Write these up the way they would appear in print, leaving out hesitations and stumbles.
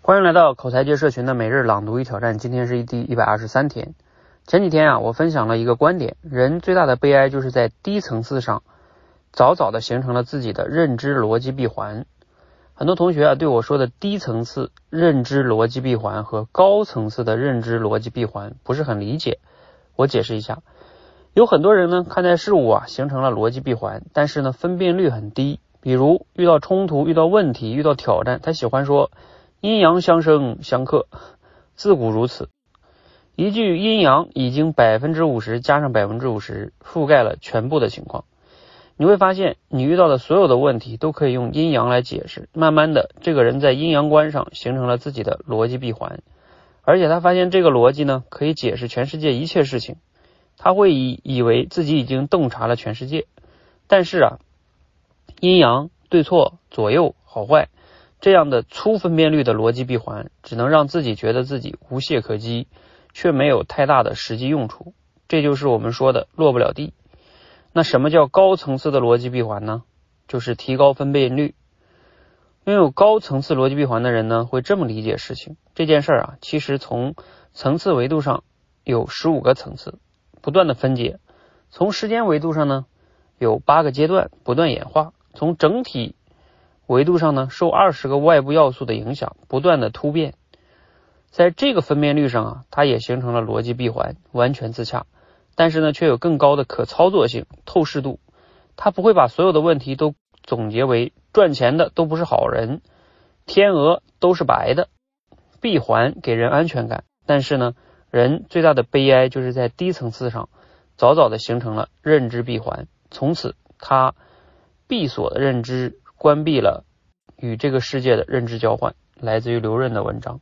欢迎来到口才界社群的每日朗读与挑战，今天是第123天。前几天我分享了一个观点，人最大的悲哀就是在低层次上早早的形成了自己的认知逻辑闭环。很多同学对我说的低层次认知逻辑闭环和高层次的认知逻辑闭环不是很理解，我解释一下。有很多人呢看待事物形成了逻辑闭环，但是呢分辨率很低，比如遇到冲突、遇到问题、遇到挑战，他喜欢说阴阳相生相克，自古如此。一句阴阳已经50%加上50%覆盖了全部的情况。你会发现你遇到的所有的问题都可以用阴阳来解释，慢慢的这个人在阴阳观上形成了自己的逻辑闭环，而且他发现这个逻辑呢可以解释全世界一切事情，他会以为自己已经洞察了全世界。但是阴阳、对错、左右、好坏这样的粗分辨率的逻辑闭环只能让自己觉得自己无懈可击，却没有太大的实际用处，这就是我们说的落不了地。那什么叫高层次的逻辑闭环呢？就是提高分辨率。拥有高层次逻辑闭环的人呢，会这么理解事情。这件事其实从层次维度上有15个层次，不断的分解。从时间维度上呢，有8个阶段不断演化。从整体维度上呢，受20个外部要素的影响，不断的突变。在这个分辨率上它也形成了逻辑闭环，完全自洽。但是呢，却有更高的可操作性、透视度。它不会把所有的问题都总结为赚钱的都不是好人，天鹅都是白的。闭环给人安全感，但是呢，人最大的悲哀就是在低层次上早早的形成了认知闭环，从此他闭锁的认知，关闭了与这个世界的认知交换。来自于刘润的文章。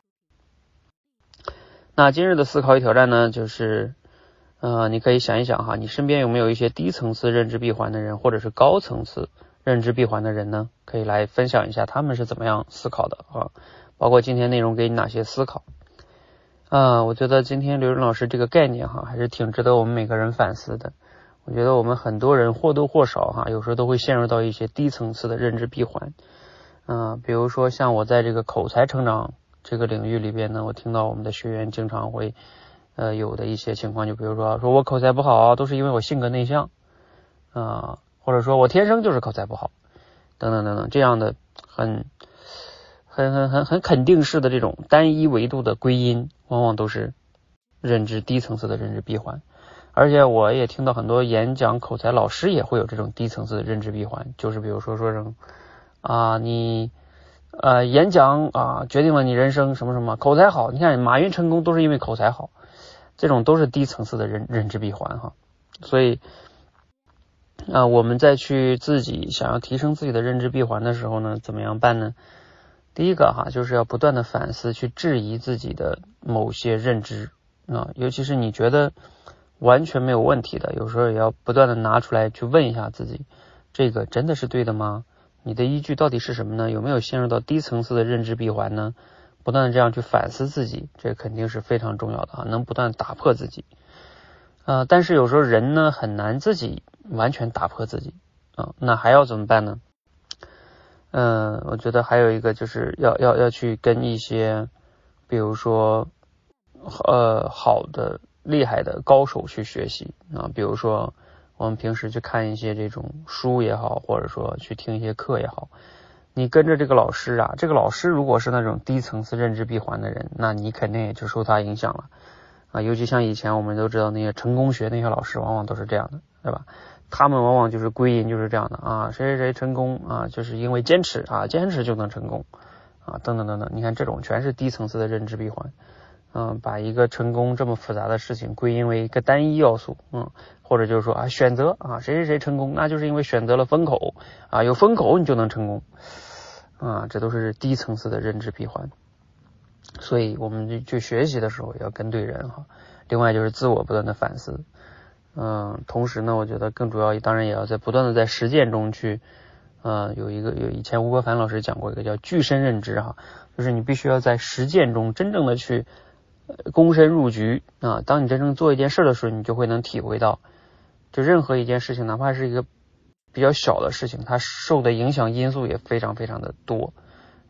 那今日的思考与挑战呢，就是你可以想一想你身边有没有一些低层次认知闭环的人，或者是高层次认知闭环的人呢？可以来分享一下他们是怎么样思考的包括今天内容给你哪些思考我觉得今天刘润老师这个概念还是挺值得我们每个人反思的。我觉得我们很多人或多或少有时候都会陷入到一些低层次的认知闭环比如说像我在这个口才成长这个领域里边呢，我听到我们的学员经常会有的一些情况，就比如说我口才不好都是因为我性格内向或者说我天生就是口才不好等等等等，这样的很肯定式的这种单一维度的归因，往往都是低层次的认知闭环。而且我也听到很多演讲口才老师也会有这种低层次的认知闭环，就是比如说成你演讲决定了你人生什么什么，口才好，你看马云成功都是因为口才好，这种都是低层次的认知闭环所以我们再去自己想要提升自己的认知闭环的时候呢，怎么样办呢？第一个就是要不断的反思，去质疑自己的某些认知尤其是你觉得完全没有问题的，有时候也要不断的拿出来去问一下自己，这个真的是对的吗？你的依据到底是什么呢？有没有陷入到低层次的认知闭环呢？不断的这样去反思自己，这肯定是非常重要的能不断打破自己但是有时候人呢很难自己完全打破自己那还要怎么办呢？我觉得还有一个就是要去跟一些比如说好的厉害的高手去学习比如说我们平时去看一些这种书也好，或者说去听一些课也好，你跟着这个老师这个老师如果是那种低层次认知闭环的人，那你肯定也就受他影响了尤其像以前我们都知道那些成功学那些老师往往都是这样的，对吧？他们往往就是归因就是这样的谁谁谁成功就是因为坚持坚持就能成功等等等等。你看这种全是低层次的认知闭环把一个成功这么复杂的事情归因为一个单一要素或者就是说选择谁谁谁成功，那就是因为选择了风口有风口你就能成功这都是低层次的认知闭环。所以我们去学习的时候也要跟对人另外就是自我不断的反思同时呢，我觉得更主要当然也要在不断的在实践中去有以前吴伯凡老师讲过一个叫具身认知就是你必须要在实践中真正的去躬身入局当你真正做一件事的时候，你就会能体会到就任何一件事情哪怕是一个比较小的事情，它受的影响因素也非常非常的多，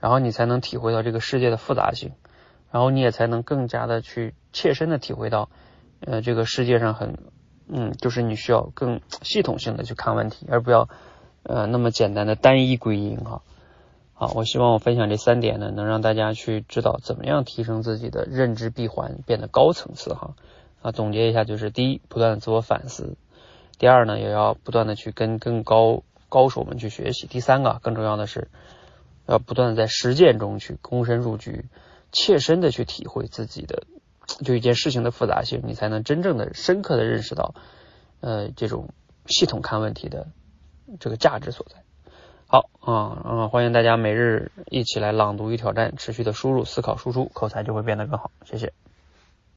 然后你才能体会到这个世界的复杂性，然后你也才能更加的去切身的体会到这个世界上就是你需要更系统性的去看问题，而不要那么简单的单一归因哈。好，我希望我分享这3点呢，能让大家去知道怎么样提升自己的认知闭环，变得高层次哈。总结一下，就是第一，不断的自我反思；第二呢，也要不断的去跟更高手们去学习；第三个，更重要的是要不断的在实践中去躬身入局，切身的去体会自己的就一件事情的复杂性，你才能真正的深刻的认识到这种系统看问题的这个价值所在。好欢迎大家每日一起来朗读与挑战，持续的输入、思考、输出，口才就会变得更好。谢谢。